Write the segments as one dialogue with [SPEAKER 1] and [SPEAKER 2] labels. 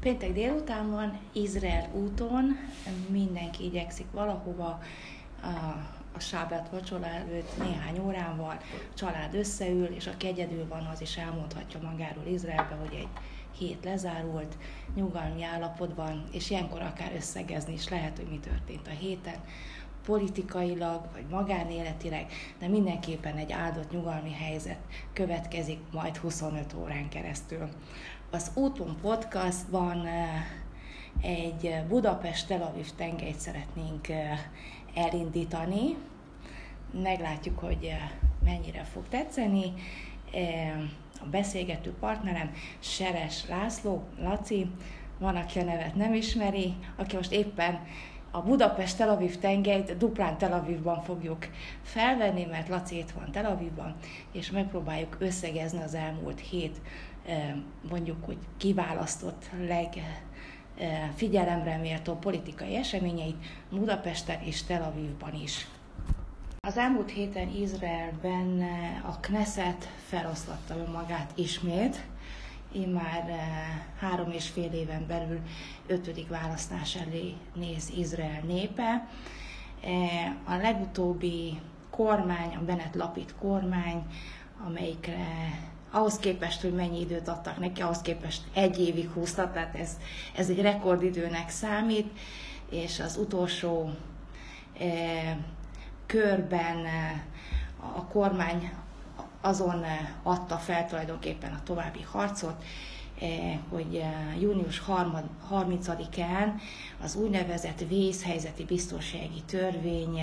[SPEAKER 1] Péntek délután van, Izrael úton, mindenki igyekszik valahova, a sábát vacsora előtt néhány órával, a család összeül, és aki egyedül van, az is elmondhatja magáról Izraelbe, hogy egy hét lezárult, nyugalmi állapotban, és ilyenkor akár összegezni is lehet, hogy mi történt a héten, politikailag, vagy magánéletileg, de mindenképpen egy áldott nyugalmi helyzet következik majd 25 órán keresztül. Az Úton podcastban egy Budapest-Tel Aviv tengelyt szeretnénk elindítani. Meglátjuk, hogy mennyire fog tetszeni. A beszélgető partnerem Seres László, Laci, van, aki a nevet nem ismeri, aki most éppen a Budapest-Tel Aviv tengelyt duplán Tel Avivban fogjuk felvenni, mert Laci itt van Tel Avivban, és megpróbáljuk összegezni az elmúlt hét, mondjuk, hogy kiválasztott legfigyelemre méltó politikai eseményeit Budapesten és Tel Avivban is. Az elmúlt héten Izraelben a Knesset feloszlatta önmagát ismét, immár 3,5 éven belül 5. választás elé néz Izrael népe. A legutóbbi kormány, a Bennett Lapid kormány, amelyikre ahhoz képest, hogy mennyi időt adtak neki, ahhoz képest 1 évig húzta, tehát ez egy rekordidőnek számít, és az utolsó körben a kormány azon adta fel tulajdonképpen a további harcot, hogy június 30-án az úgynevezett vészhelyzeti biztonsági törvény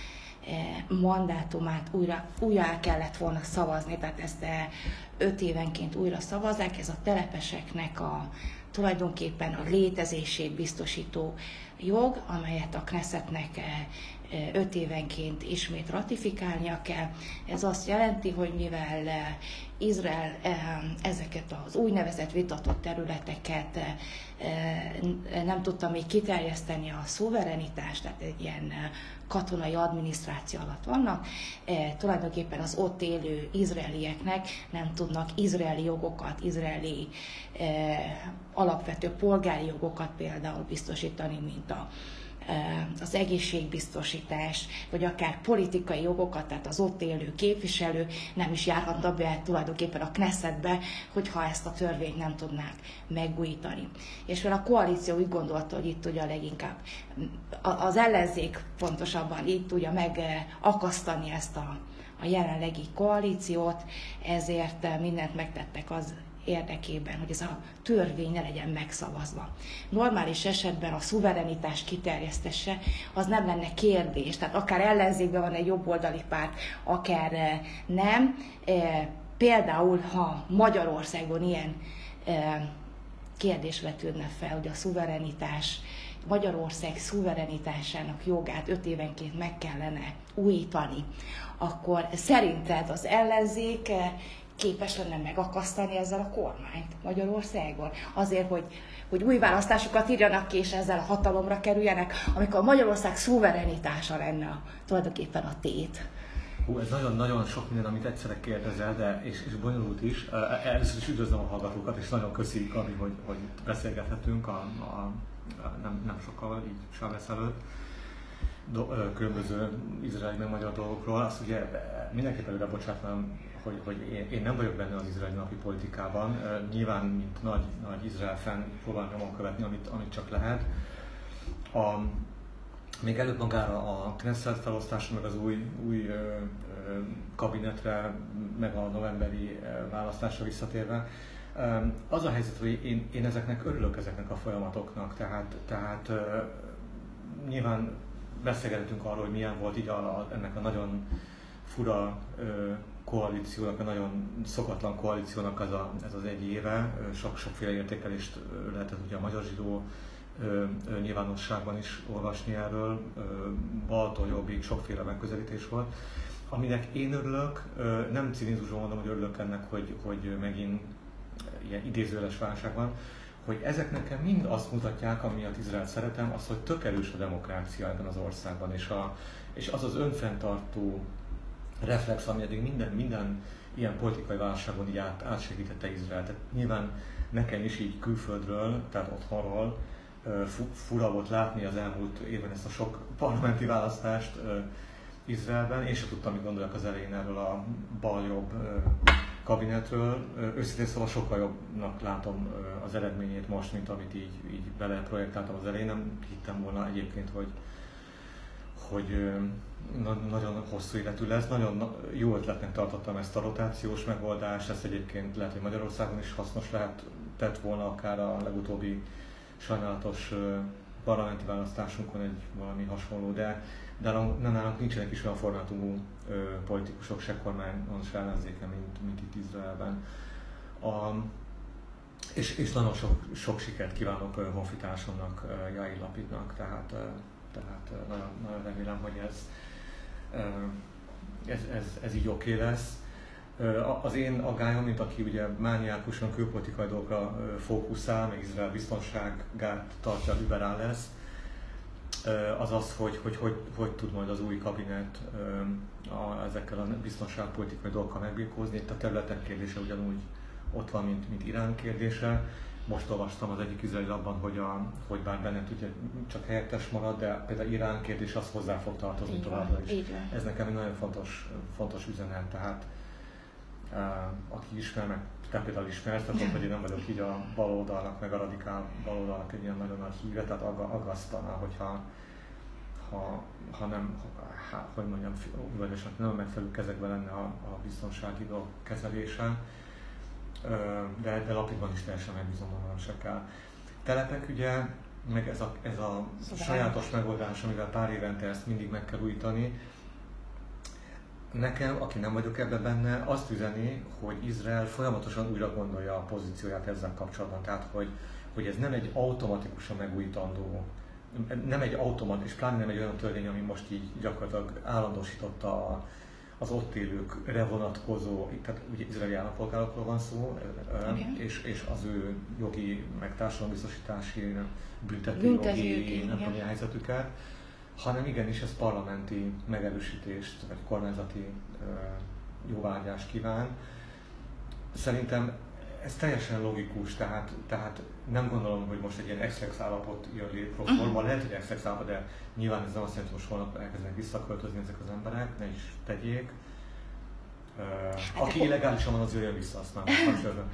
[SPEAKER 1] mandátumát újra kellett volna szavazni, tehát ezt 5 évenként újra szavazzák, ez a telepeseknek tulajdonképpen a létezését biztosító jog, amelyet a Knessetnek 5 évenként ismét ratifikálnia kell. Ez azt jelenti, hogy mivel Izrael ezeket az úgynevezett vitatott területeket nem tudta még kiterjeszteni a szuverenitást, tehát egy ilyen katonai adminisztráció alatt vannak, tulajdonképpen az ott élő izraelieknek nem tudnak izraeli jogokat, izraeli alapvető polgári jogokat például biztosítani, mint az egészségbiztosítás, vagy akár politikai jogokat, tehát az ott élő képviselő nem is járhatna be tulajdonképpen a Knessetbe, hogyha ezt a törvényt nem tudnák megújítani. És mivel a koalíció úgy gondolta, hogy itt tudja leginkább, az ellenzék pontosabban itt tudja megakasztani ezt a jelenlegi koalíciót, ezért mindent megtettek az érdekében, hogy ez a törvény ne legyen megszavazva. Normális esetben a szuverenitás kiterjesztése az nem lenne kérdés, tehát akár ellenzékben van egy jobboldali párt, akár nem. Például, ha Magyarországon ilyen kérdés vetődne fel, hogy a szuverenitás, Magyarország szuverenitásának jogát 5 évenként meg kellene újítani, akkor szerinted az ellenzék képes lenne megakasztani ezzel a kormányt Magyarországon? Azért, hogy új választásokat írjanak ki, és ezzel a hatalomra kerüljenek, amikor Magyarország szuverenitása lenne tulajdonképpen a tét.
[SPEAKER 2] Ez nagyon-nagyon sok minden, amit egyszerre kérdezel, de és bonyolult is. Először is üdvözlöm a hallgatókat, és nagyon köszi, Gabi, hogy beszélgethetünk nem sokkal, így Sábesz előtt, különböző izraeli meg magyar dolgokról. Azt ugye mindenképpen előre bocsátnám, hogy én nem vagyok benne az izraeli napi politikában. Nyilván, mint nagy Izrael fan próbálom nyomon követni, amit csak lehet. Még előbb magára a Knesset felosztása, meg az új kabinetre, meg a novemberi választásra visszatérve, az a helyzet, hogy én örülök ezeknek a folyamatoknak, tehát nyilván beszélgetünk arról, hogy milyen volt így ennek a nagyon fura koalíciónak, a nagyon szokatlan koalíciónak ez az 1 éve. Sokféle értékelést lehetett ugye a magyar zsidó nyilvánosságban is olvasni erről, baltól jobbig sokféle megközelítés volt. Aminek én örülök, nem cinizmusban mondom, hogy örülök ennek, hogy megint ilyen idézőjeles válság van, hogy ezek nekem mind azt mutatják, amiatt Izraelt szeretem, az, hogy tök erős a demokrácia ebben az országban, és az az önfenntartó reflex, ami eddig minden ilyen politikai válságon így átsegítette Izrael. Tehát nyilván nekem is így külföldről, tehát otthonról fura volt látni az elmúlt évben ezt a sok parlamenti választást Izraelben. Én sem tudtam, mit gondoljak az elején erről a bal-jobb kabinetről. Őszintén szóval sokkal jobbnak látom az eredményét most, mint amit így beleprojektáltam az elején. Nem hittem volna egyébként, hogy nagyon hosszú életű lesz. Nagyon jó ötletnek tartottam ezt a rotációs megoldást, ezt egyébként lehet, hogy Magyarországon is hasznos lehetett volna, akár a legutóbbi sajnálatos parlamenti választásunkon egy valami hasonló, de nálunk nincsenek is olyan formátumú politikusok, se kormányon, se ellenzéken, mint itt Izraelben. És nagyon sok sikert kívánok honfitársamnak, Jair Lapidnak, tehát nagyon, nagyon remélem, hogy ez így oké lesz. Az én aggályom, mint aki ugye mániákusan külpolitikai dolgokra fókuszál, meg Izrael biztonságát tartja, liberál lesz, az az, hogy tud majd az új kabinet ezekkel a biztonságpolitikai dolgokkal megbirkózni. Itt a területek kérdése ugyanúgy ott van, mint Irán kérdése. Most olvastam az egyik izraeli labban, hogy bár Bennett ugye csak helyettes marad, de például Irán kérdés az hozzá fog tartozni továbbra is. Ez nekem egy nagyon fontos üzenet, tehát aki ismer, meg te például ismersz, tehát hogy én nem vagyok így a baloldalnak, meg a radikál baloldalnak egy ilyen nagyon nagy híve, tehát aggasztana, hogyha nem, hogy mondjam, nem a megfelelő kezekben lenne a biztonsági dolgok kezelése, de Lapidban is teljesen megbízom, nem se kell. Telepek ugye, meg ez a sajátos megoldás, amivel pár évente ezt mindig meg kell újítani. Nekem, aki nem vagyok ebben benne, azt üzeni, hogy Izrael folyamatosan újra gondolja a pozícióját ezzel kapcsolatban. Tehát, hogy ez nem egy automatikusan megújítandó, és pláne nem egy olyan törvény, ami most így gyakorlatilag állandósította az ott élőkre vonatkozó, tehát ugye izraeli állampolgárokról van szó, és az ő jogi, meg társadalombiztosítási, büntetőjogi, nem tudom, helyzetüket, hanem igenis ez parlamenti megerősítést, vagy kormányzati jóváhagyást kíván. Szerintem ez teljesen logikus, tehát nem gondolom, hogy most egy ilyen exlex állapot jön létre, forma, lehet, hogy exlex állapot, de nyilván ez nem azt jelenti, hogy most holnap elkezdenek visszaköltözni ezek az emberek, ne is tegyék. Aki illegálisan van, az jöjjön vissza, azt már kapcsolatban.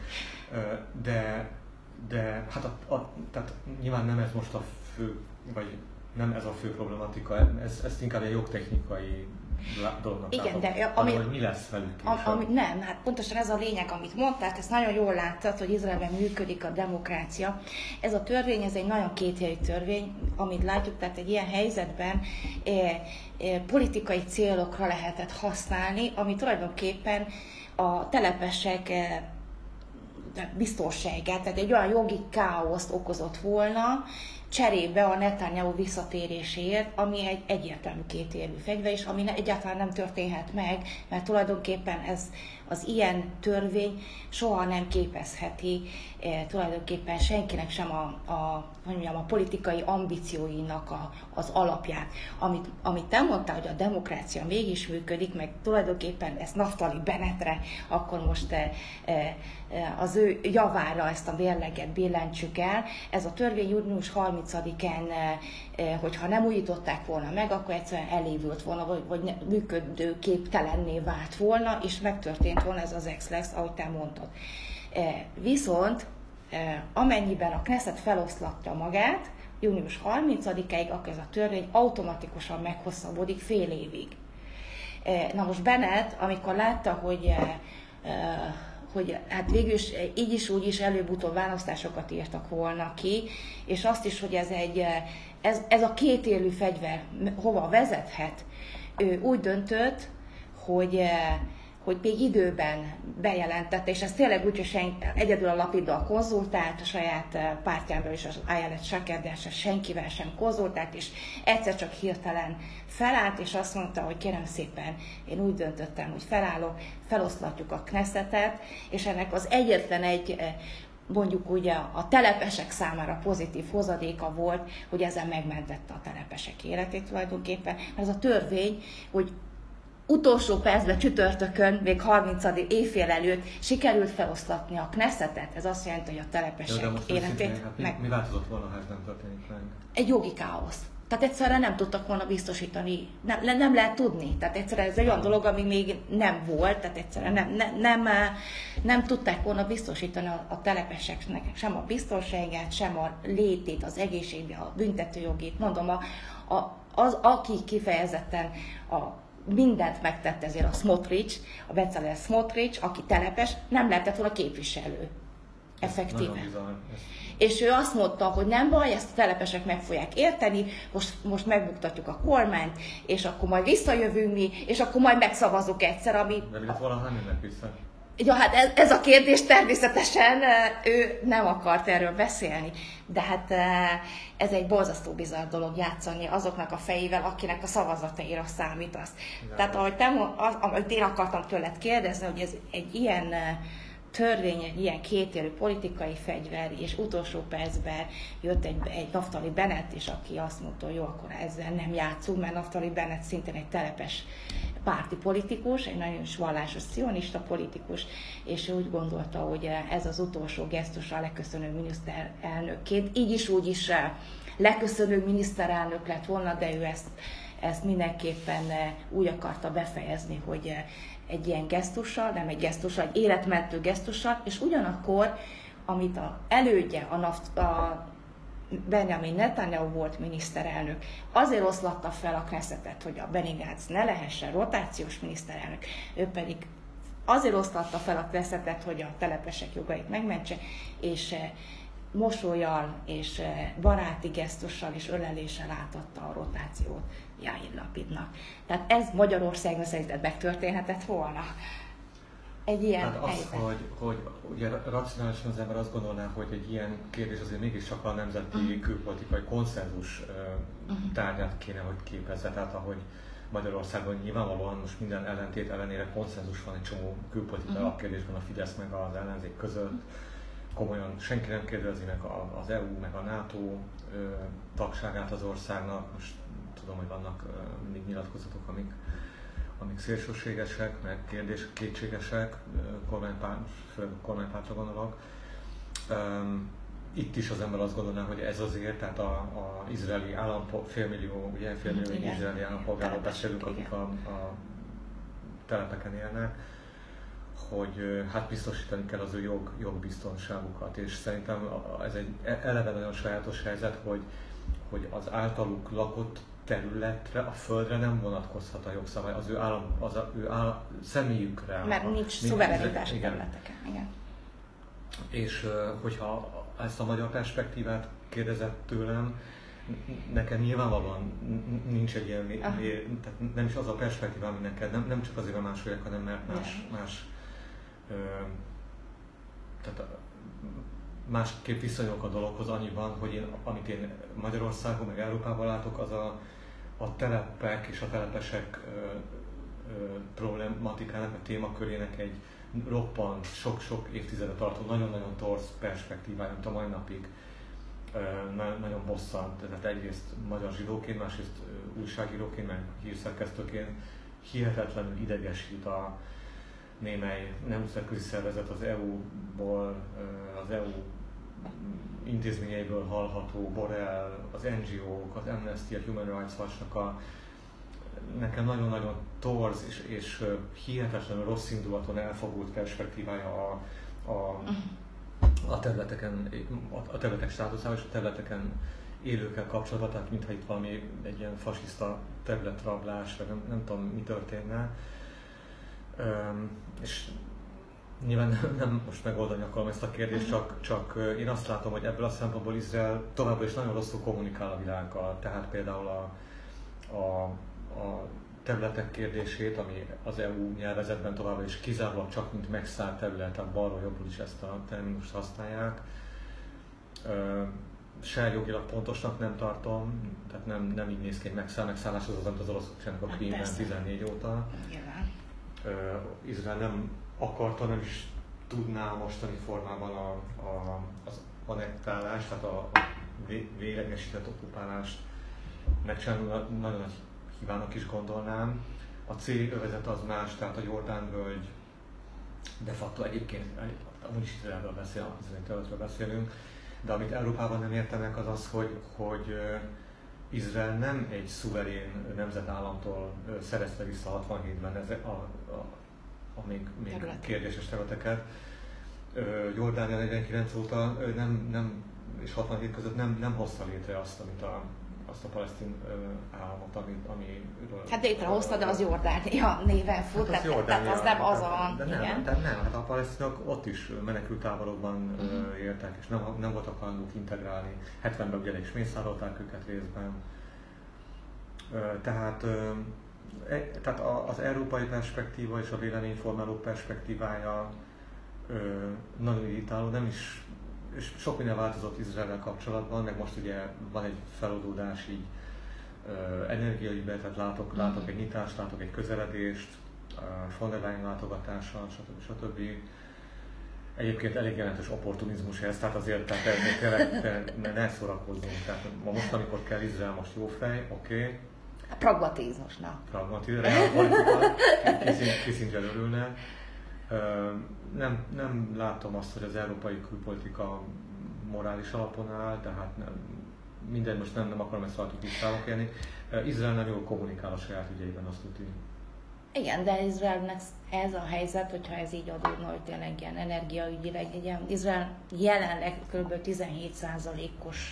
[SPEAKER 2] De hát tehát nyilván nem ez most a fő, vagy nem ez a fő problematika, ezt inkább egy jogtechnikai dolognak látom, hogy mi lesz velük később.
[SPEAKER 1] Nem, hát pontosan ez a lényeg, amit mondtál, ezt nagyon jól láttad, hogy Izraelben működik a demokrácia. Ez a törvény, ez egy nagyon kétjelű törvény, amit látjuk, tehát egy ilyen helyzetben politikai célokra lehetett használni, ami tulajdonképpen a telepesek biztonságát, tehát egy olyan jogi káoszt okozott volna, cserébe a Netanyahu visszatéréséért, ami egy egyértelmű kétérvű fegyver, és ami egyáltalán nem történhet meg, mert tulajdonképpen ez az ilyen törvény soha nem képezheti tulajdonképpen senkinek sem a politikai ambícióinak az alapját. Amit te mondtál, hogy a demokrácia mégis működik, meg tulajdonképpen ezt Naftali Bennetre, akkor most az ő javára ezt a mérleget billentsük el. Ez a törvény június 30-án, hogyha nem újították volna meg, akkor egyszerűen elévült volna, vagy működőképtelenné vált volna, és megtörtént volna ez az ex-lex, ahogy te mondtad. Viszont amennyiben a Knesset feloszlatta magát, június 30-áig, akkor ez a törvény automatikusan meghosszabbodik fél évig. Na most Bennett, amikor látta, hogy hát végül is így is úgy is előbb-utóbb választásokat írtak volna ki, és azt is, hogy ez a kétélű fegyver hova vezethet, ő úgy döntött, hogy még időben bejelentette, és ez tényleg úgy, hogy egyedül a Lapiddal konzultált, a saját pártjánból is, az Ayelet Shaker, senkivel sem konzultált, és egyszer csak hirtelen felállt, és azt mondta, hogy kérem szépen, én úgy döntöttem, hogy felállok, feloszlatjuk a Knessetet, és ennek az egyetlen egy mondjuk ugye a telepesek számára pozitív hozadéka volt, hogy ezzel megmentette a telepesek életét tulajdonképpen. Ez a törvény, hogy utolsó percben csütörtökön, még 30. éjfél előtt sikerült feloszlatni a Knessetet. Ez azt jelenti, hogy a telepesek életét...
[SPEAKER 2] Mi változott volna, ha ez nem történik meg?
[SPEAKER 1] Egy jogi káosz. Tehát egyszerűen nem tudtak volna biztosítani, nem lehet tudni. Tehát egyszerűen ez egy olyan dolog, ami még nem volt, tehát egyszerűen nem tudták volna biztosítani a telepeseknek sem a biztonságát, sem a létét, az egészségét, a büntetőjogét. Mondom, aki kifejezetten mindent megtett ezért a Smotrich, a Bezalel Smotrich, aki telepes, nem lehetett volna képviselő. Effektíve. És ő azt mondta, hogy nem baj, ezt a telepesek meg fogják érteni, most megbuktatjuk a kormányt, és akkor majd visszajövünk mi, és akkor majd megszavazunk egyszer, ami...
[SPEAKER 2] De mi lett volna, ha jönnek vissza?
[SPEAKER 1] Ja, hát ez a kérdés természetesen ő nem akart erről beszélni, de hát ez egy borzasztó bizarr dolog játszani azoknak a fejével, akinek a szavazataira számítasz. Ja. Tehát ahogy én akartam tőled kérdezni, hogy ez egy ilyen törvény, egy ilyen kétélű politikai fegyver, és utolsó percben jött egy Naftali Bennett is, aki azt mondta, hogy jó, akkor ezzel nem játszunk, mert Naftali Bennett szintén egy telepes párti politikus, egy nagyon is vallásos szionista politikus, és ő úgy gondolta, hogy ez az utolsó gesztus a leköszönő miniszterelnökként, így is úgy is leköszönő miniszterelnök lett volna, de ő ezt mindenképpen úgy akarta befejezni, hogy egy ilyen gesztussal, nem egy gesztussal, egy életmentő gesztussal, és ugyanakkor, amit a elődje, a Benjamin Netanyahu volt miniszterelnök, azért oszlatta fel a Knessetet, hogy a Benny Gantz ne lehessen rotációs miniszterelnök, ő pedig azért oszlatta fel a Knessetet, hogy a telepesek jogait megmentse, és mosollyal és baráti gesztussal és öleléssel átadta a rotációt Jair Lapidnak. Tehát ez Magyarországon szerinted megtörténhetett volna? Egy ilyen
[SPEAKER 2] hát az, hogy ugye racionálisan az ember azt gondolná, hogy egy ilyen kérdés azért mégiscsak a nemzeti külpolitikai konszenzus tárgyát kéne, hogy képezze. Tehát ahogy Magyarországon nyilvánvalóan most minden ellentét ellenére konszenzus van egy csomó külpolitikai alapkérdésben a Fidesz meg az ellenzék között. Komolyan senki nem kérdezi meg az EU, meg a NATO tagságát az országnak. Most tudom, hogy vannak mindig nyilatkozatok, amik szélsőségesek, meg kétségesek, főleg a kormánypártra gondolok. Itt is az ember azt gondolná, hogy ez azért, tehát a izraeli félmillió izraeli állampolgárról beszélünk, akik a telepeken élnek, hogy hát biztosítani kell az ő jogbiztonságukat, és szerintem ez egy eleve nagyon sajátos helyzet, hogy az általuk lakott területre, a földre nem vonatkozhat a jogszabály, az ő személyükre.
[SPEAKER 1] Mert nincs szuverenitás területeken. Igen.
[SPEAKER 2] És hogyha ezt a magyar perspektívát kérdezett tőlem, nekem nyilvánvalóan nincs egy ilyen, tehát nem is az a perspektíva, ami neked, nem csak azért, mert más vagyok, hanem mert más tehát másképp viszonyulok a dologhoz annyiban, hogy amit én Magyarországon, meg Európában látok, az a telepek és a telepesek problematikának, a témakörének egy roppant, sok-sok évtizede tartó, nagyon-nagyon torz perspektívája, mint a mai napig. Nagyon bosszant, tehát egyrészt magyar zsidóként, másrészt újságíróként, meg hírszerkesztőként hihetetlenül idegesít a némely nemzetközi szervezet az EU-ból, az EU intézményeiből hallható, Borrell, az NGO-k, az Amnesty, a Human Rights Watch-nak nekem nagyon-nagyon torz és hihetetlenül rossz indulaton elfogult perspektívája a területek státuszával és a területeken élőkkel kapcsolatban, tehát mintha itt valami egy ilyen fasiszta területrablás, vagy nem tudom mi történne. És nyilván nem most megoldani akarom ezt a kérdést, csak én azt látom, hogy ebből a szempontból Izrael továbbra is nagyon rosszul kommunikál a világgal. Tehát például a területek kérdését, ami az EU nyelvezetben továbbra is kizárólag csak mint megszállt terület, tehát balról jobbról is ezt a terminust használják. Se jogilag pontosnak nem tartom, tehát nem így néz ki egy megszállás, az amit az oroszok csinálnak a Krímben 14 óta. Izrael nem akarta, nem is tudná a mostani formában az annektálást, tehát a véglegesített okkupálást megcsinálni, nagyon nagy hibának is gondolnám. A C-övezet az más, tehát a Jordán-völgy de facto egyébként, amúgy is Izraelről beszélünk, de amit Európában nem értenek az az, hogy Izrael nem egy szuverén nemzetállamtól szerezte vissza 67-ben a még kérdéses területeket. Jordánia 49 óta és 67 között nem hozta létre azt, azt a palesztin államot, amiről...
[SPEAKER 1] Hát létrehozta, de az Jordánia néven fut,
[SPEAKER 2] hát
[SPEAKER 1] tehát az nem az a...
[SPEAKER 2] De nem, hát a palesztinok ott is menekülttáborokban éltek, és nem voltak hajlandók integrálni. 70-ben ugye is mészárolták őket részben. Tehát az európai perspektíva és a véleményformálók perspektívája nagyon irritáló, nem is, és sok minden változott Izraellel kapcsolatban, meg most ugye van egy feloldódás így energiaügyben, tehát látok egy nyitást, látok egy közeledést, von der Leyen látogatása, stb. Egyébként elég jelentős opportunizmus ez, tehát azért ne szórakozzunk. Tehát most, amikor kell Izrael, most jó fej, oké.
[SPEAKER 1] Pragmatizmusnak.
[SPEAKER 2] Pragmatizmus, realpolitika, Kissinger örülne. Nem látom azt, hogy az európai külpolitika morális alapon áll, tehát minden most nem akarom ezt rajtuk vissza élni. Izrael nem jól kommunikál a saját ügyeiben, azt tudni.
[SPEAKER 1] Igen, de Izraelnek ez a helyzet, hogyha ez így adódna, hogy tényleg ilyen energiaügyileg, Izrael jelenleg kb. 17%-os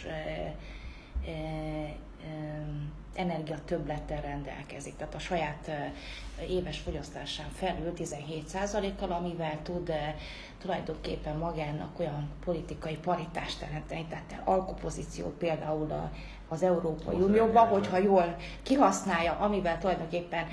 [SPEAKER 1] energiatöbblettel rendelkezik, tehát a saját éves fogyasztásán felül 17%-kal, amivel tud tulajdonképpen magának olyan politikai paritást teremteni, tehát alkupozíciót például az Európai Unióban, hogyha jól kihasználja, amivel tulajdonképpen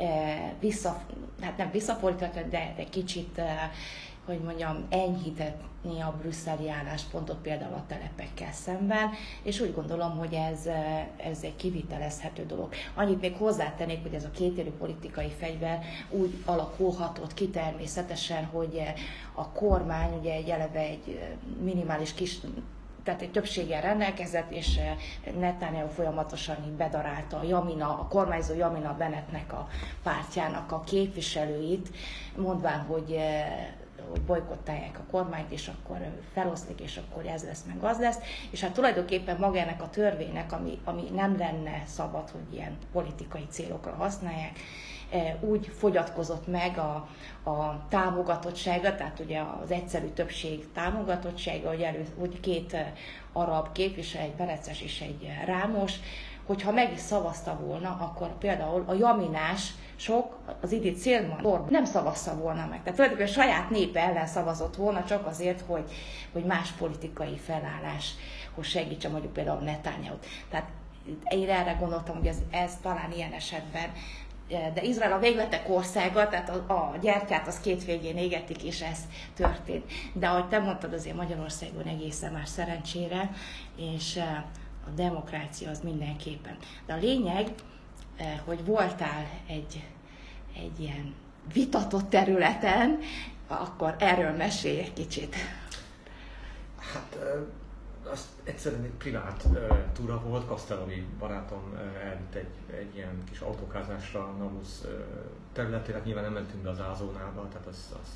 [SPEAKER 1] nem visszafordíthatja, de kicsit hogy mondjam, enyhíteni a brüsszeli álláspontot például a telepekkel szemben, és úgy gondolom, hogy ez egy kivitelezhető dolog. Annyit még hozzátennék, hogy ez a kétélű politikai fegyver úgy alakulhatott ki természetesen, hogy a kormány ugye eleve egy minimális tehát egy többséggel rendelkezett, és Netanyahu folyamatosan így bedarálta a kormányzó Jamina Bennettnek a pártjának a képviselőit, mondván, hogy bolykottálják a kormányt, és akkor feloszlik, és akkor ez lesz, meg az lesz. És hát tulajdonképpen magának a törvénynek, ami nem lenne szabad, hogy ilyen politikai célokra használják, úgy fogyatkozott meg a támogatottsága, tehát ugye az egyszerű többség támogatottsága, hogy két arab képviselő, egy Pereces és egy Rámos, hogyha meg is szavazta volna, akkor például a jaminás az Idit Szélman nem szavazta volna meg. Tehát tulajdonképpen saját népe ellen szavazott volna, csak azért, hogy más politikai felálláshoz segítse mondjuk például Netanyahu-t. Tehát én erre gondoltam, hogy ez talán ilyen esetben. De Izrael a végletek országa, tehát a gyertyát az két végén égetik, és ez történt. De ahogy te mondtad, azért Magyarországon egészen más szerencsére, és a demokrácia az mindenképpen. De a lényeg, hogy voltál egy ilyen vitatott területen, akkor erről mesélj egy kicsit.
[SPEAKER 2] Hát azt egyszerűen egy privát túra volt, Castellovi barátom elvitt egy ilyen kis autókázásra Nablus területére, hát nyilván nem mentünk be az Ázónába, tehát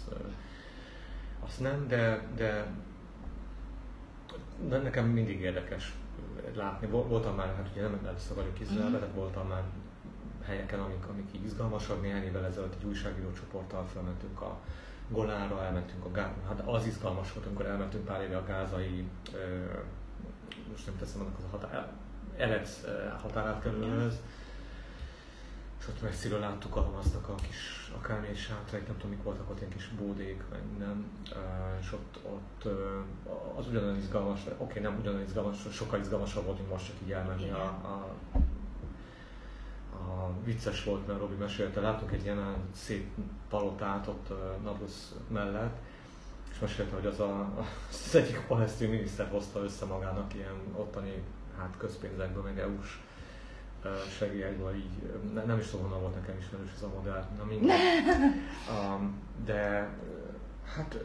[SPEAKER 2] azt nem, de nekem mindig érdekes látni. Voltam már, hát ugye nem először vagyok Izraelben, de voltam már helyeken, amik így izgalmasak. Néhány évvel ezelőtt egy újságíró csoporttal felmentünk a Golánra, elmentünk hát az izgalmas volt, amikor elmentünk pár éve a gázai, most nem teszem annak az Erec határátkelőhöz, és ott messziről láttuk a Hamásznak a kis akármilyen sátrait, nem tudom mik voltak ott, ilyen kis bódék, meg minden, és ott az ugyanolyan izgalmas, oké, nem ugyanolyan izgalmas, sokkal izgalmasabb volt, mint most csak így elmenni a vicces volt, mert Robi mesélte, láttunk egy ilyen szép palotát ott Nablus mellett, és mesélte, hogy az egyik palesztin miniszter hozta össze magának ilyen ottani közpénzekből, meg EU-s segélyekből, így nem is tudom, honnan volt nekem ismerős ez a modell, na mindegy. De hát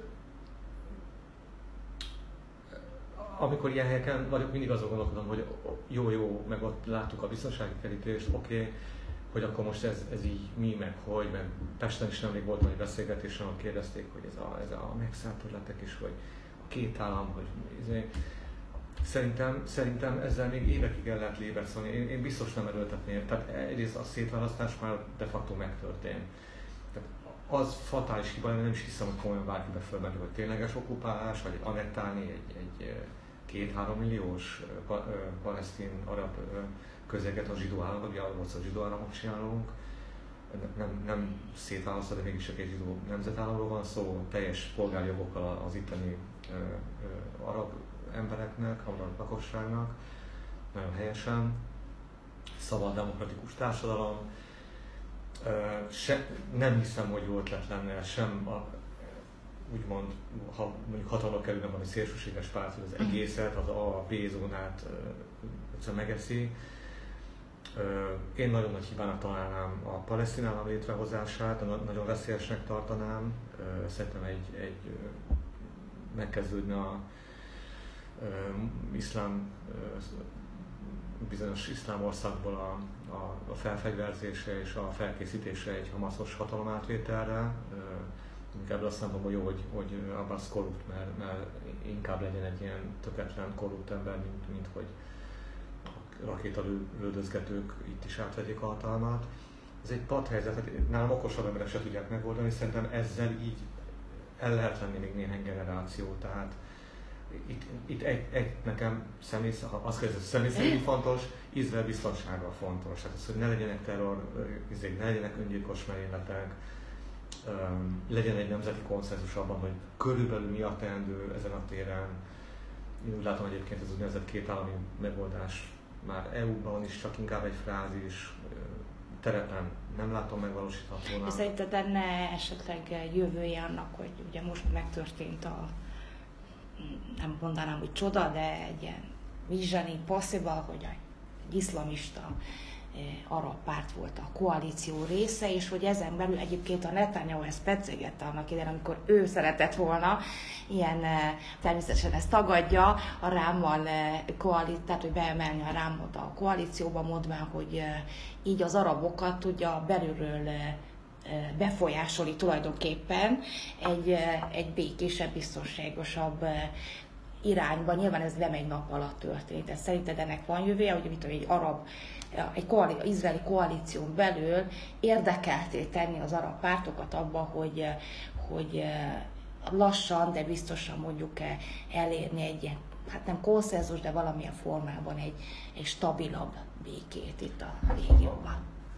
[SPEAKER 2] amikor ilyen helyeken vagyok, mindig azon gondolkodom, hogy jó, meg ott láttuk a biztonsági kerítést, oké, hogy akkor most ez így mi, meg hogy, meg Pesten is nemrég volt egy beszélgetésen, ahol kérdezték, hogy ez a megszállt területek is, hogy a két állam, hogy Szerintem ezzel még évekig el lehet lébecolni. Én biztos nem erőltetném. Tehát egyrészt a szétválasztás már de facto megtörtént. Tehát az fatális hiba, nem is hiszem, hogy komolyan bárkibe fölmerül, hogy tényleges okupálás, vagy anektálni egy 2-3 milliós palesztin-arab közeget a zsidó államban, ugye arról a zsidó államot csinálunk. Nem szétválasztva, de mégis csak egy zsidó nemzetállamról van szó, teljes polgári jogokkal az itteni arab embereknek, arab lakosságnak, nagyon helyesen, szabad demokratikus társadalom. Nem hiszem, hogy jó ötlet lenne sem úgymond, ha mondjuk hatalomra kerülne valami szélsőséges párt, hogy az egészet, az A, B zónát megeszi. Én nagyon nagy hibának találnám a palesztin állam létrehozását, nagyon veszélyesnek tartanám. Szerintem egy megkezdődne a bizonyos iszlám országból a felfegyverzése és a felkészítése egy hamaszos hatalomátvételre. Inkább azt mondom, hogy jó, hogy Abbas korrupt, mert inkább legyen egy ilyen tökéletlen korrupt ember, mint hogy a rakétalődözgetők itt is átvegyék a hatalmat. Ez egy padhelyzet, nálam okosabb emberek se tudják megoldani, szerintem ezzel így el lehet lenni még néhány generáció, tehát itt nekem személy fontos, Izrael biztonsága fontos. Tehát az, hogy ne legyenek terror, ne legyenek öngyilkos merényletek, legyen egy nemzeti konszenzus abban, hogy körülbelül mi a teendő ezen a téren. Én úgy látom egyébként ez úgynevezett kétállami megoldás már EU-ban is csak inkább egy frázis, terepen nem látom megvalósíthatónak.
[SPEAKER 1] Szerinted lenne esetleg jövője annak, hogy ugye most megtörtént nem mondanám, hogy csoda, de egy ilyen vision impossible, hogy egy iszlamista arab párt volt a koalíció része, és hogy ezen belül egyébként a Netanyahu ezt pedzegetте annak idején, amikor ő szeretett volna, ilyen természetesen ezt tagadja, a Rámmal tehát hogy beemelni a Rámot a koalícióba, mondván, hogy így az arabokat tudja belülről befolyásolni tulajdonképpen egy békésebb, biztonságosabb irányba. Nyilván ez nem egy nap alatt történt. Tehát szerinted ennek van jövője, hogy egy izraeli koalíción belül érdekelté tenni az arab pártokat abba, hogy lassan, de biztosan mondjuk elérni egy ilyen, hát nem konszenzus, de valamilyen formában egy stabilabb békét itt a régióban.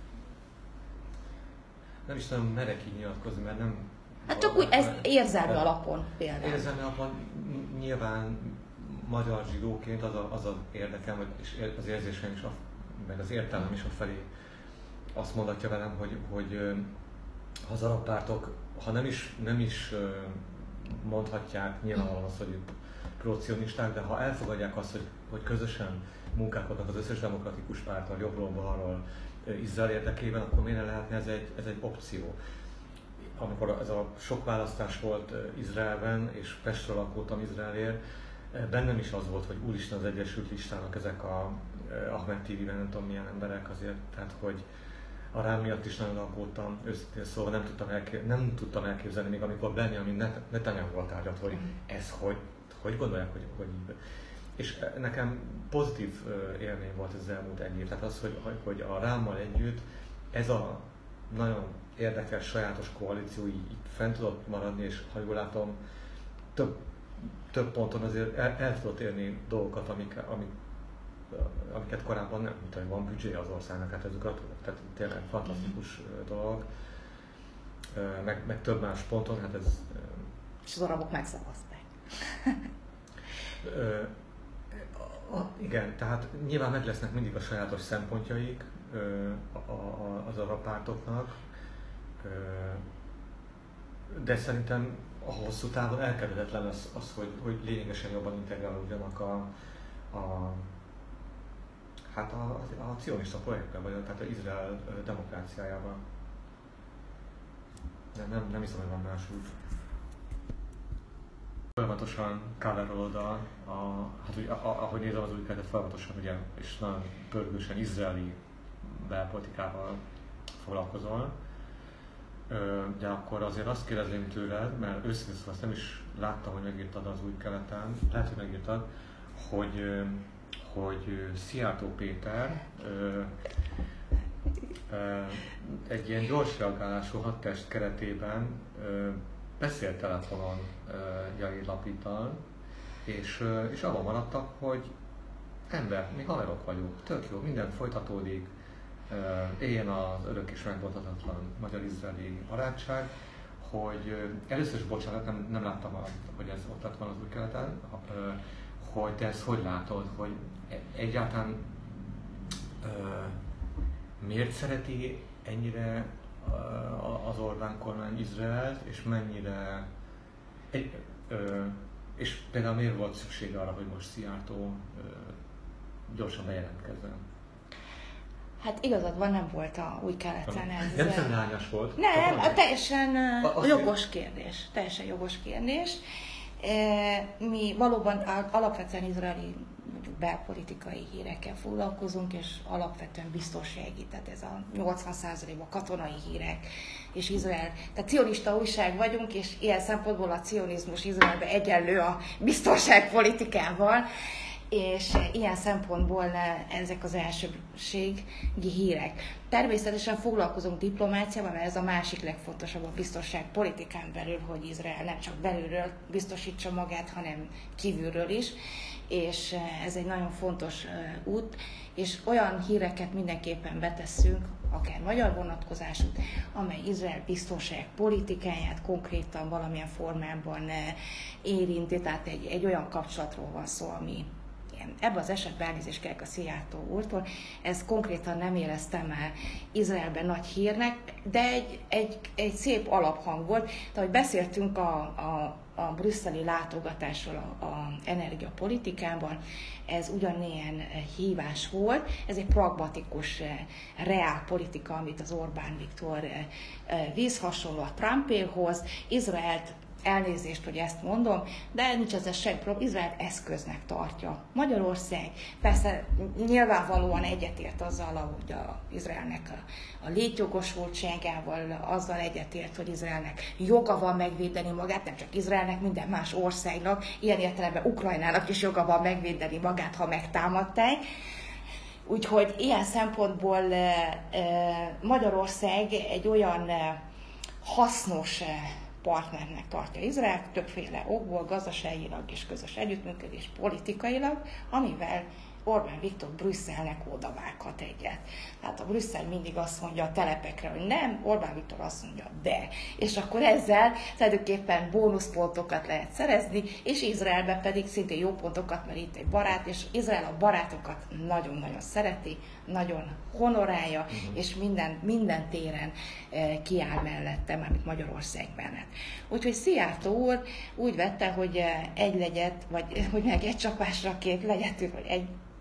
[SPEAKER 2] Nem is tudom, merek így nyilatkozni, mert nem...
[SPEAKER 1] Hát csak úgy, ez érzelmi alapon például.
[SPEAKER 2] Érzelmi alapon nyilván magyar zsidóként az az érdekem, és az érzésem is, meg az értelmem is afelé azt mondatja velem, hogy az arab pártok, ha nem is mondhatják nyilvánvalóan azt, hogy procionisták, de ha elfogadják azt, hogy közösen munkálkodnak az összes demokratikus párttal, jobbról, balról, Izrael érdekében, akkor miért lehetne ez egy opció? Amikor ez a sok választás volt Izraelben, és Pestről lakódtam Izraelért, bennem is az volt, hogy úristen az Egyesült Listának ezek a Ahmed TV-ben nem tudom milyen emberek azért, tehát hogy a Rám miatt is nagyon aggódtam, őszintén szóval nem tudtam elképzelni, még amikor Benjamin Netanyahu-val tárgyalt, hogy ez hogy gondolják, hogy így. És nekem pozitív élmény volt ez az elmúlt egy év, tehát az, hogy a Rámmal együtt ez a nagyon érdekes, sajátos koalíció így fent tudott maradni, és ha jól látom, több ponton azért el tudott érni dolgokat, amiket korábban nem, mint hogy van büdzsé az országnak, hát ez tehát tényleg fantasztikus dolog, meg több más ponton, hát ez...
[SPEAKER 1] És az arabok megszavazták.
[SPEAKER 2] Igen, tehát nyilván meg lesznek mindig a sajátos szempontjaik az arab pártoknak, de szerintem a hosszú távon elkerülhetetlen lesz az, hogy lényegesen jobban integrálódjanak a cionista projektben, vagy tehát az Izrael demokráciájában. Nem hiszem, hogy van más út. Folyamatosan coverolod ahogy nézem az új keretet, folyamatosan ugye, és nagyon pörgősen izraeli belpolitikával foglalkozol, de akkor azért azt kérdezném tőled, mert őszintén szóval azt nem is láttam, hogy megírtad az Új Keleten, lehet, hogy megírtad, hogy Szijjártó Péter egy ilyen gyors reagálású hadtest keretében beszélt telefonon Jair Lapiddal, és abban maradtak, hogy ember, mi haverok vagyunk, tök jó, minden folytatódik, éljen az örök és megbontathatatlan magyar-izraeli barátság, hogy először is bocsánat, nem láttam, hogy ez ott lett van az Új Keleten, hogy te ezt hogy látod, hogy egyáltalán miért szereti ennyire az Orbán kormány Izraelt, és mennyire, és például miért volt szüksége arra, hogy most Szijjártó gyorsan bejelentkezzen?
[SPEAKER 1] Hát igazad van, nem volt a Új Keleten ez.
[SPEAKER 2] Nem szemrányos volt?
[SPEAKER 1] Nem, teljesen jogos kérdés. Teljesen jogos kérdés. Mi valóban alapvetően izraeli belpolitikai hírekkel foglalkozunk, és alapvetően biztonsági, tehát ez a 80%-ban katonai hírek, és Izrael, tehát cionista újság vagyunk, és ilyen szempontból a cionizmus Izraelben egyenlő a biztonságpolitikával, és ilyen szempontból ezek az elsőbségi hírek. Természetesen foglalkozunk diplomáciával, mert ez a másik legfontosabb a biztonságpolitikán belül, hogy Izrael nem csak belülről biztosítsa magát, hanem kívülről is, és ez egy nagyon fontos út, és olyan híreket mindenképpen betesszünk, akár magyar vonatkozású, amely Izrael biztonságpolitikáját konkrétan valamilyen formában érinti, tehát egy olyan kapcsolatról van szó, ami ebben az esetben elnézést kérek a Szijjártó úrtól, ezt konkrétan nem éreztem el Izraelben nagy hírnek, de egy szép alaphang volt. De ahogy beszéltünk a brüsszeli látogatásról a energiapolitikában, ez ugyanilyen hívás volt, ez egy pragmatikus, reálpolitika, amit az Orbán Viktor víz hasonló a Trumpéhoz, Izraelt, elnézést, hogy ezt mondom, de nincs ezzel semmi probléma, Izrael eszköznek tartja. Magyarország persze nyilvánvalóan egyetért azzal, hogy Izraelnek a létjogosultságával, azzal egyetért, hogy Izraelnek joga van megvédeni magát, nem csak Izraelnek, minden más országnak, ilyen értelemben Ukrajnának is joga van megvédeni magát, ha megtámadták. Úgyhogy ilyen szempontból Magyarország egy olyan hasznos partnernek tartja Izrael, többféle okból, gazdaságilag és közös együttműködés politikailag, amivel Orbán Viktor Brüsszelnek odavághat egyet. Tehát a Brüsszel mindig azt mondja a telepekre, hogy nem, Orbán Viktor azt mondja, de. És akkor ezzel tulajdonképpen bónuszpontokat lehet szerezni, és Izraelben pedig szintén jó pontokat, mert itt egy barát, és Izrael a barátokat nagyon-nagyon szereti, nagyon honorálja, és minden téren kiáll mellette, mármint Magyarország mellett. Úgyhogy Szijjártó úr úgy vette, hogy egy legyet, vagy hogy meg egy csapásra két legyet üt, vagy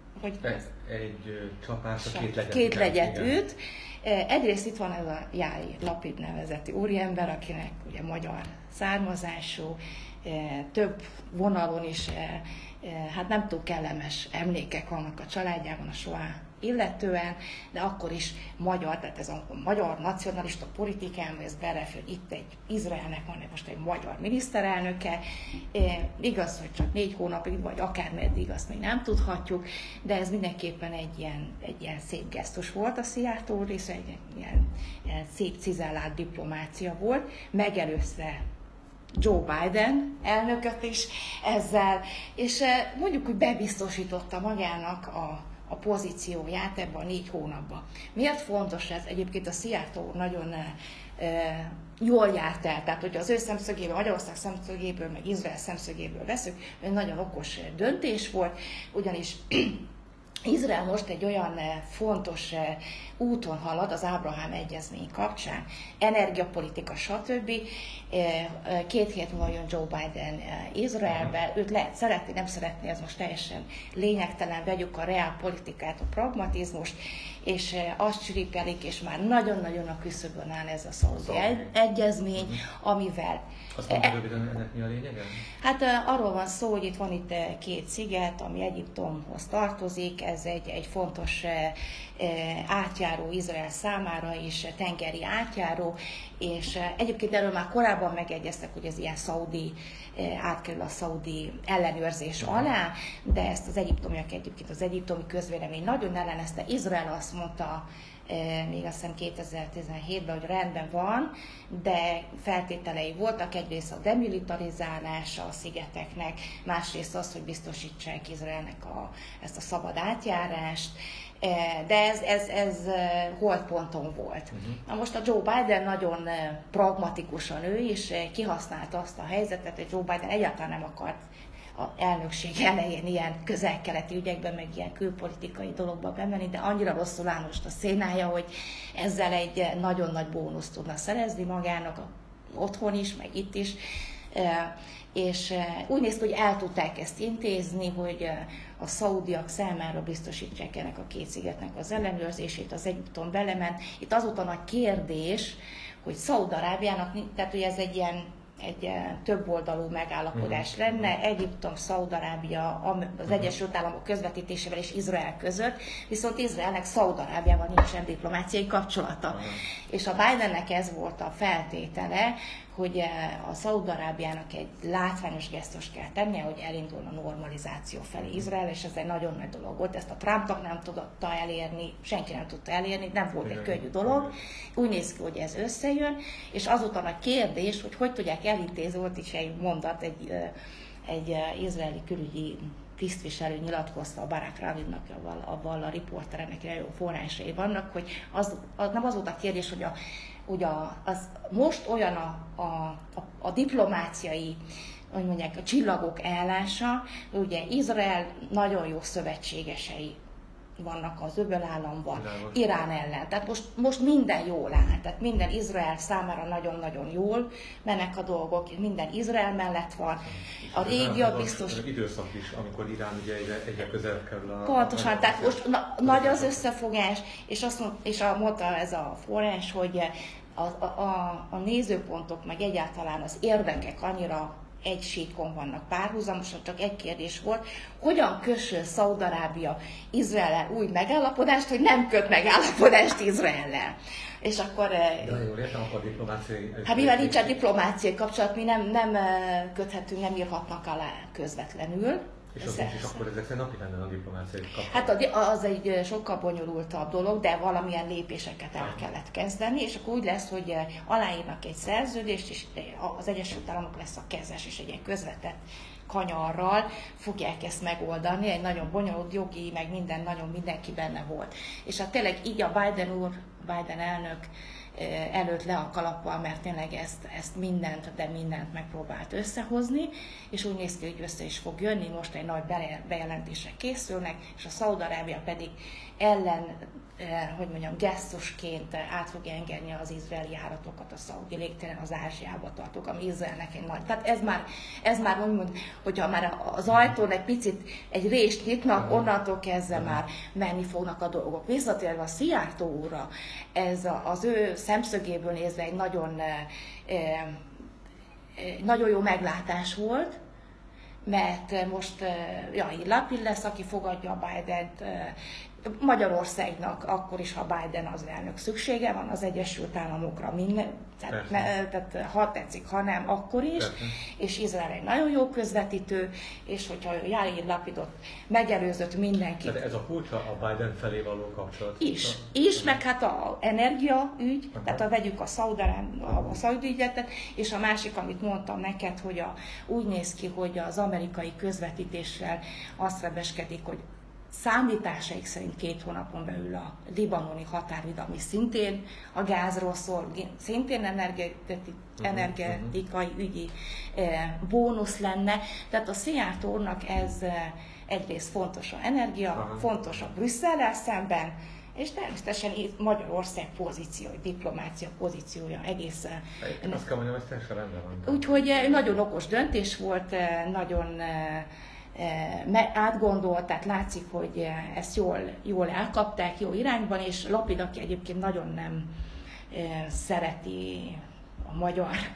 [SPEAKER 2] egy csapásra
[SPEAKER 1] két legyet üt. Egyrészt itt van ez a Jair Lapid nevezeti úriember, akinek ugye magyar származású, több vonalon is hát nem túl kellemes emlékek vannak a családjában, a Shoah illetően, de akkor is magyar, tehát ez a magyar nacionalista politikában, ez belefér, itt egy Izraelnek van most egy magyar miniszterelnöke, igaz, hogy csak 4 hónapig, vagy akármeddig, azt még nem tudhatjuk, de ez mindenképpen egy ilyen szép gesztus volt a Szijjártó része, egy ilyen szép cizellált diplomácia volt, megelőzte Joe Biden elnököt is ezzel, és mondjuk, hogy bebiztosította magának a pozícióját ebben a 4 hónapban. Miért fontos ez? Egyébként a Szijjártó nagyon jól járt el, tehát hogyha az ő szemszögéből, Magyarország szemszögéből, meg Izrael szemszögéből veszük, nagyon okos döntés volt, ugyanis Izrael most egy olyan fontos úton halad az Ábrahám egyezmény kapcsán, energiapolitika, stb. 2 hét múlva jön Joe Biden Izraelbe, őt lehet szeretni, nem szeretni, ez most teljesen lényegtelen, vegyük a reálpolitikát, a pragmatizmust, és azt csiripelik, és már nagyon-nagyon a küszöbön áll ez a szaudi egyezmény, amivel...
[SPEAKER 2] Azt mondta röviden, ennek mi a lényege?
[SPEAKER 1] Hát arról van szó, hogy itt van 2 sziget, ami Egyiptomhoz tartozik, ez egy fontos átjáró Izrael számára is, tengeri átjáró, és egyébként erről már korábban megegyeztek, hogy ez ilyen szaudi, átkerül a szaudi ellenőrzés alá, de ezt az egyiptomiak egyébként, az egyiptomi közvélemény nagyon ellenezte. Izrael azt mondta, még azt hiszem 2017-ben, hogy rendben van, de feltételei voltak, egyrészt a demilitarizálása a szigeteknek, másrészt az, hogy biztosítsák Izraelnek ezt a szabad átjárást, de ez holdponton volt. Na most a Joe Biden nagyon pragmatikusan ő is kihasználta azt a helyzetet, hogy Joe Biden egyáltalán nem akart az elnökség elején ilyen közel-keleti ügyekben, meg ilyen külpolitikai dologba bemenni, de annyira rosszul áll most a szénája, hogy ezzel egy nagyon nagy bónuszt tudna szerezni magának otthon is, meg itt is. És úgy néz ki, hogy el tudták ezt intézni, hogy a szaudiak számára biztosítsák ennek a két szigetnek az ellenőrzését, az Egyiptom belement. Itt azóta nagy kérdés, hogy Szaúd-Arábiának, tehát hogy ez egy többoldalú megállapodás lenne, Egyiptom, Szaúd-Arábia, az Egyesült Államok közvetítésével és Izrael között, viszont Izraelnek Szaúd-Arábiával nincsen diplomáciai kapcsolata. És a Bidennek ez volt a feltétele, hogy a Szaúd-Arábiának egy látványos gesztust kell tennie, hogy elindul a normalizáció felé Izrael, és ez egy nagyon nagy dolog volt. Ezt a Trumpnak nem tudta elérni, senki nem tudta elérni, nem volt egy könnyű dolog. Úgy néz ki, hogy ez összejön, és azután a kérdés, hogy tudják elintézni, volt is egy mondat, egy izraeli külügyi tisztviselő nyilatkozta a Barak Ravidnak, avval a riporterenek nagyon forrásai vannak, hogy nem az volt a kérdés, hogy most olyan a diplomáciai, hogy mondják, a csillagok állása, ugye Izrael nagyon jó szövetségesei vannak az öbölállamban, Irán ellen. Tehát most minden jól áll, tehát minden Izrael számára nagyon-nagyon jól mennek a dolgok, minden Izrael mellett van. A régia biztos...
[SPEAKER 2] Az időszak is, amikor Irán ugye egyre közelebb kerül a...
[SPEAKER 1] Pontosan, tehát most nagy az összefogás, és mondta ez a forrás, hogy a nézőpontok, meg egyáltalán az érdekek annyira egy síkon vannak párhuzamosan, csak egy kérdés volt, hogyan kössön Szaúd-Arábia Izraellel új megállapodást, hogy nem köt megállapodást Izraellel. És akkor...
[SPEAKER 2] De jól értem, akkor a diplomáciai...
[SPEAKER 1] Hát mivel nincsen diplomáciai kapcsolat, mi nem köthetünk, nem írhatnak alá közvetlenül.
[SPEAKER 2] És az nincs is akkor ezek szerint napirenden a diplomáciai kapcsolat?
[SPEAKER 1] Hát az egy sokkal bonyolultabb dolog, de valamilyen lépéseket el kellett kezdeni, és akkor úgy lesz, hogy aláírnak egy szerződést, és az Egyesült Államok lesz a kezes, és egy ilyen közvetett kanyarral fogják ezt megoldani, egy nagyon bonyolult jogi, meg nagyon mindenki benne volt. És hát tényleg így a Biden elnök előtt le a kalappal, mert tényleg ezt mindent megpróbált összehozni, és úgy néz ki, hogy össze is fog jönni, most egy nagy bejelentések készülnek, és a Szaúd-Arábia pedig gesztusként át fogja engedni az izraeli járatokat a szaudi légtéren, az Ázsiába tartók, ami Izraelnek egy nagy. Tehát ez már úgymond, hogyha már az ajtón egy picit egy rést nyitnak, onnantól kezdve már menni fognak a dolgok. Visszatérve a Szijjártó úrra, ez az ő szemszögéből nézve egy nagyon jó meglátás volt, mert most Jair Lapid lesz, aki fogadja a Bident, Magyarországnak akkor is, ha Biden az elnök, szüksége van az Egyesült Államokra, minden, tehát ha tetszik, ha nem, akkor is, és Izrael egy nagyon jó közvetítő, és hogyha Jair Lapidot megelőzött mindenki.
[SPEAKER 2] Tehát ez a kulcsa a Biden felé való kapcsolat?
[SPEAKER 1] Is, meg hát az energiaügy, tehát vegyük a szaudi ügyletet, és a másik, amit mondtam neked, hogy úgy néz ki, hogy az amerikai közvetítéssel azt rebeskedik, hogy számításaik szerint 2 hónapon belül a libanoni határvid, ami szintén a gázról szól, szintén energetikai ügyi bónusz lenne. Tehát a Szijjártó úrnak ez egyrészt fontos a energia, fontos a Brüsszellel szemben, és természetesen itt Magyarország pozíciója, diplomácia pozíciója egészen.
[SPEAKER 2] Azt kell mondjam, hogy teljesen rendben van.
[SPEAKER 1] Úgyhogy nagyon okos döntés volt, nagyon átgondolt, tehát látszik, hogy ezt jól elkapták, jó irányban, és Lapid, aki egyébként nagyon nem szereti a magyar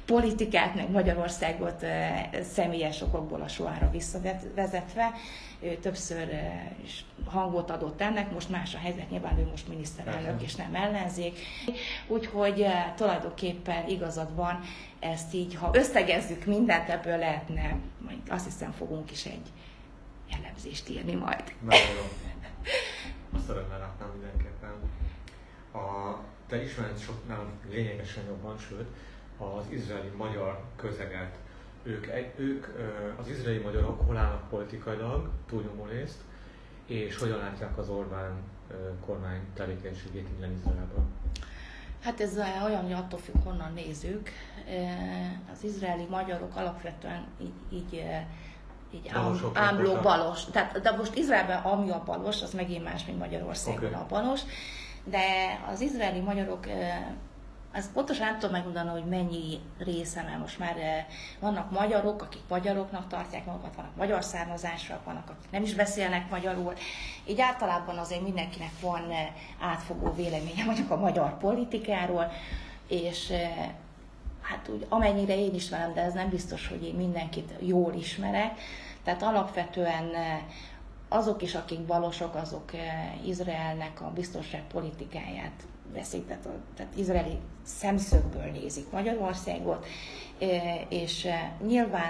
[SPEAKER 1] politikát, meg Magyarországot személyes okokból a sohára visszavezetve. Ő többször is hangot adott ennek, most más a helyzet, nyilván ő most miniszterelnök és nem ellenzék. Úgyhogy tulajdonképpen igazad van, ezt így, ha összegezzük mindent, ebből lehetne, majd azt hiszem fogunk is egy elemzést írni majd.
[SPEAKER 2] Nagyon jó. Azt örömmel látnám mindenképpen. Te ismered soknál lényegesen jobban, sőt, az izraeli magyar közeget. Ők az izraeli magyarok hol állnak politikailag, túlnyomó részt, és hogyan látják az Orbán kormány tevékenységét innen Izraelből?
[SPEAKER 1] Hát ez olyan, hogy attól függ, honnan nézzük. Az izraeli magyarok alapvetően így ámbló balos. De most Izraelben ami a balos, az megint más, mint Magyarországon a balos. De az izraeli magyarok, azt pontosan nem tudom megmondani, hogy mennyi része, mert most már vannak magyarok, akik magyaroknak tartják magukat, vannak magyar származásúak, vannak, akik nem is beszélnek magyarul. Így általában azért mindenkinek van átfogó véleménye mondjuk a magyar politikáról, és hát úgy amennyire én ismerem, de ez nem biztos, hogy én mindenkit jól ismerek. Tehát alapvetően azok is, akik balosok, azok Izraelnek a biztonságpolitikáját veszik, tehát izraeli szemszögből nézik Magyarországot, és nyilván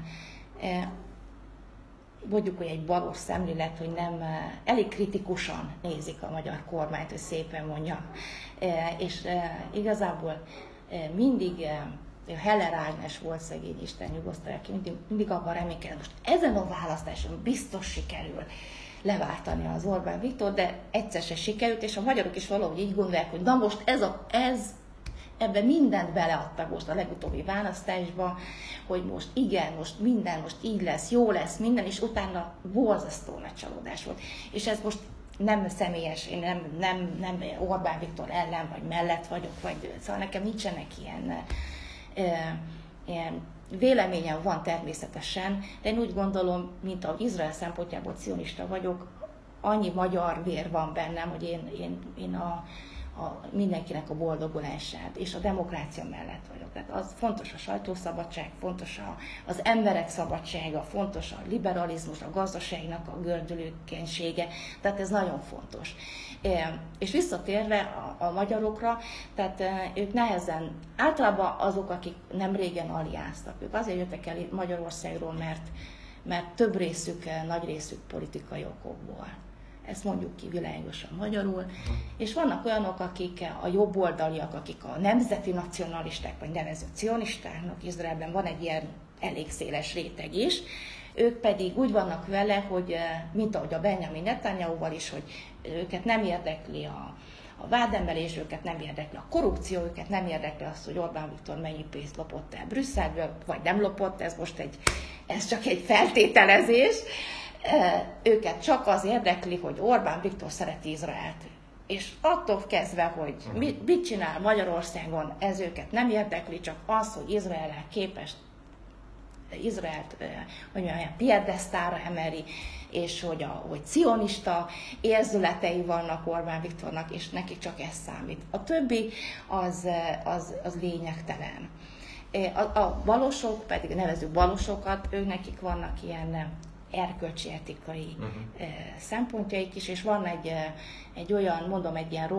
[SPEAKER 1] mondjuk, hogy egy balos szemlélet, hogy nem elég kritikusan nézik a magyar kormányt, hogy szépen mondja. És igazából mindig Heller Ágnes volt, szegény Isten nyugosztalja ki, mindig abban reménykedett, most ezen a választáson biztos sikerül leváltani az Orbán Viktor, de egyszer se sikerült, és a magyarok is valahogy így gondolják, hogy na most ebben mindent beleadtak most a legutóbbi választásba, hogy most igen, most minden, most így lesz, jó lesz minden, és utána borzasztó nagy csalódás volt. És ez most nem személyes, én nem Orbán Viktor ellen vagy mellett vagyok, szóval nekem nincsenek ilyen véleményem van természetesen, de én úgy gondolom, mint ahogy Izrael szempontjából cionista vagyok, annyi magyar vér van bennem, hogy én mindenkinek a boldogulását és a demokrácia mellett vagyok. Tehát az fontos a sajtószabadság, fontos az emberek szabadsága, fontos a liberalizmus, a gazdaságnak a gördülékenysége, tehát ez nagyon fontos. És visszatérve a magyarokra, tehát ők nehezen, általában azok, akik nem régen aliáztak, ők azért jöttek el Magyarországról, mert több részük, nagy részük politikai okokból. Ezt mondjuk ki világosan magyarul. És vannak olyanok, akik a jobboldaliak, akik a nemzeti nacionalisták, vagy nevező cionistáknak, Izraelben van egy ilyen elég széles réteg is, ők pedig úgy vannak vele, hogy mint ahogy a Benjamin Netanyahuval is, hogy őket nem érdekli a vádemelés, őket nem érdekli a korrupció, őket nem érdekli azt, hogy Orbán Viktor mennyi pénzt lopott el Brüsszelből, vagy nem lopott, ez csak egy feltételezés. Őket csak az érdekli, hogy Orbán Viktor szereti Izraelt. És attól kezdve, hogy mit csinál Magyarországon, ez őket nem érdekli, csak az, hogy Izrael képes Izraelt piedesztára emeli, és hogy cionista érzületei vannak Orbán Viktornak, és neki csak ez számít. A többi az lényegtelen. A balosok, pedig nevezzük balosokat, nekik vannak ilyen erkölcsi, etikai szempontjaik is, és van egy olyan, mondom, egy ilyen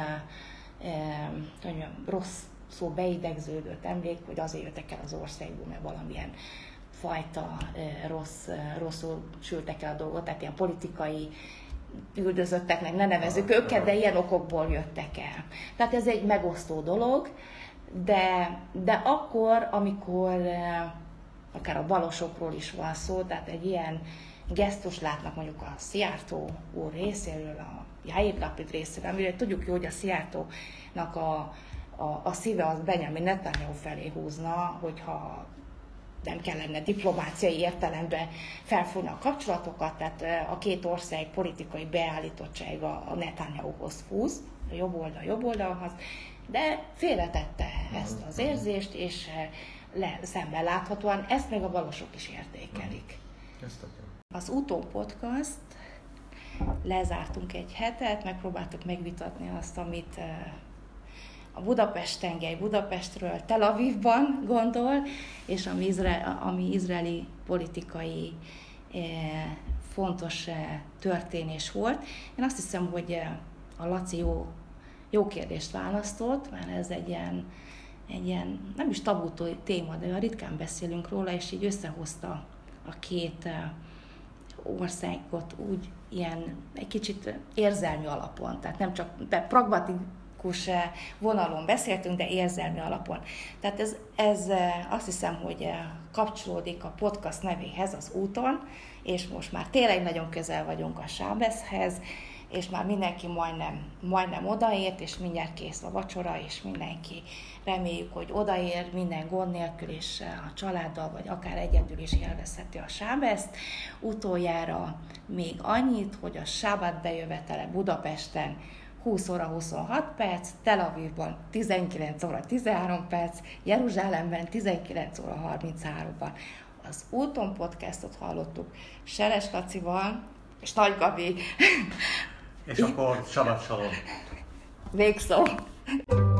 [SPEAKER 1] rossz szó beidegződött emlék, hogy azért jöttek el az országból, mert valamilyen fajta rosszul sültek el a dolgot, tehát ilyen politikai üldözötteknek ne nevezzük őket, de ilyen okokból jöttek el. Tehát ez egy megosztó dolog, de akkor, amikor akár a balosokról is van szó, tehát egy ilyen gesztus látnak mondjuk a Szijjártó úr részéről, a Jair Lapid részéről, amire tudjuk jó, hogy a Szijjártónak a szíve az Benjamin Netanyahu felé húzna, hogyha nem kellene diplomáciai értelemben felfújni a kapcsolatokat, tehát a két ország politikai beállítottsága a Netanyahuhoz fúz, a jobb oldalhoz, de félretette ezt az érzést, és szemben láthatóan ezt még a balosok is értékelik. Az Utó Podcast, lezártunk egy hetet, megpróbáltuk megvitatni azt, amit a Budapest tengely Budapestről Tel Avivban gondol, és ami izraeli politikai fontos történés volt. Én azt hiszem, hogy a Laci jó kérdést választott, mert ez egy ilyen nem is tabú téma, de ritkán beszélünk róla, és így összehozta a két országot úgy ilyen egy kicsit érzelmi alapon, tehát nem csak pragmatikus vonalon beszéltünk, de érzelmi alapon. Tehát ez azt hiszem, hogy kapcsolódik a podcast nevéhez, az úton, és most már tényleg nagyon közel vagyunk a Sábeszhez, és már mindenki majdnem odaért, és mindjárt kész a vacsora, és mindenki reméljük, hogy odaér minden gond nélkül, és a családdal, vagy akár egyedül is élvezheti a Sábeszt. Utoljára még annyit, hogy a sábát bejövetele Budapesten 20 óra 26 perc, Tel Avivban 19 óra 13 perc, Jeruzsálemben 19 óra 33-ban. Az Úton podcastot hallottuk Seres Lacival, és Nagy Gabi.
[SPEAKER 2] És akkor Sabat Salom.
[SPEAKER 1] Végszó.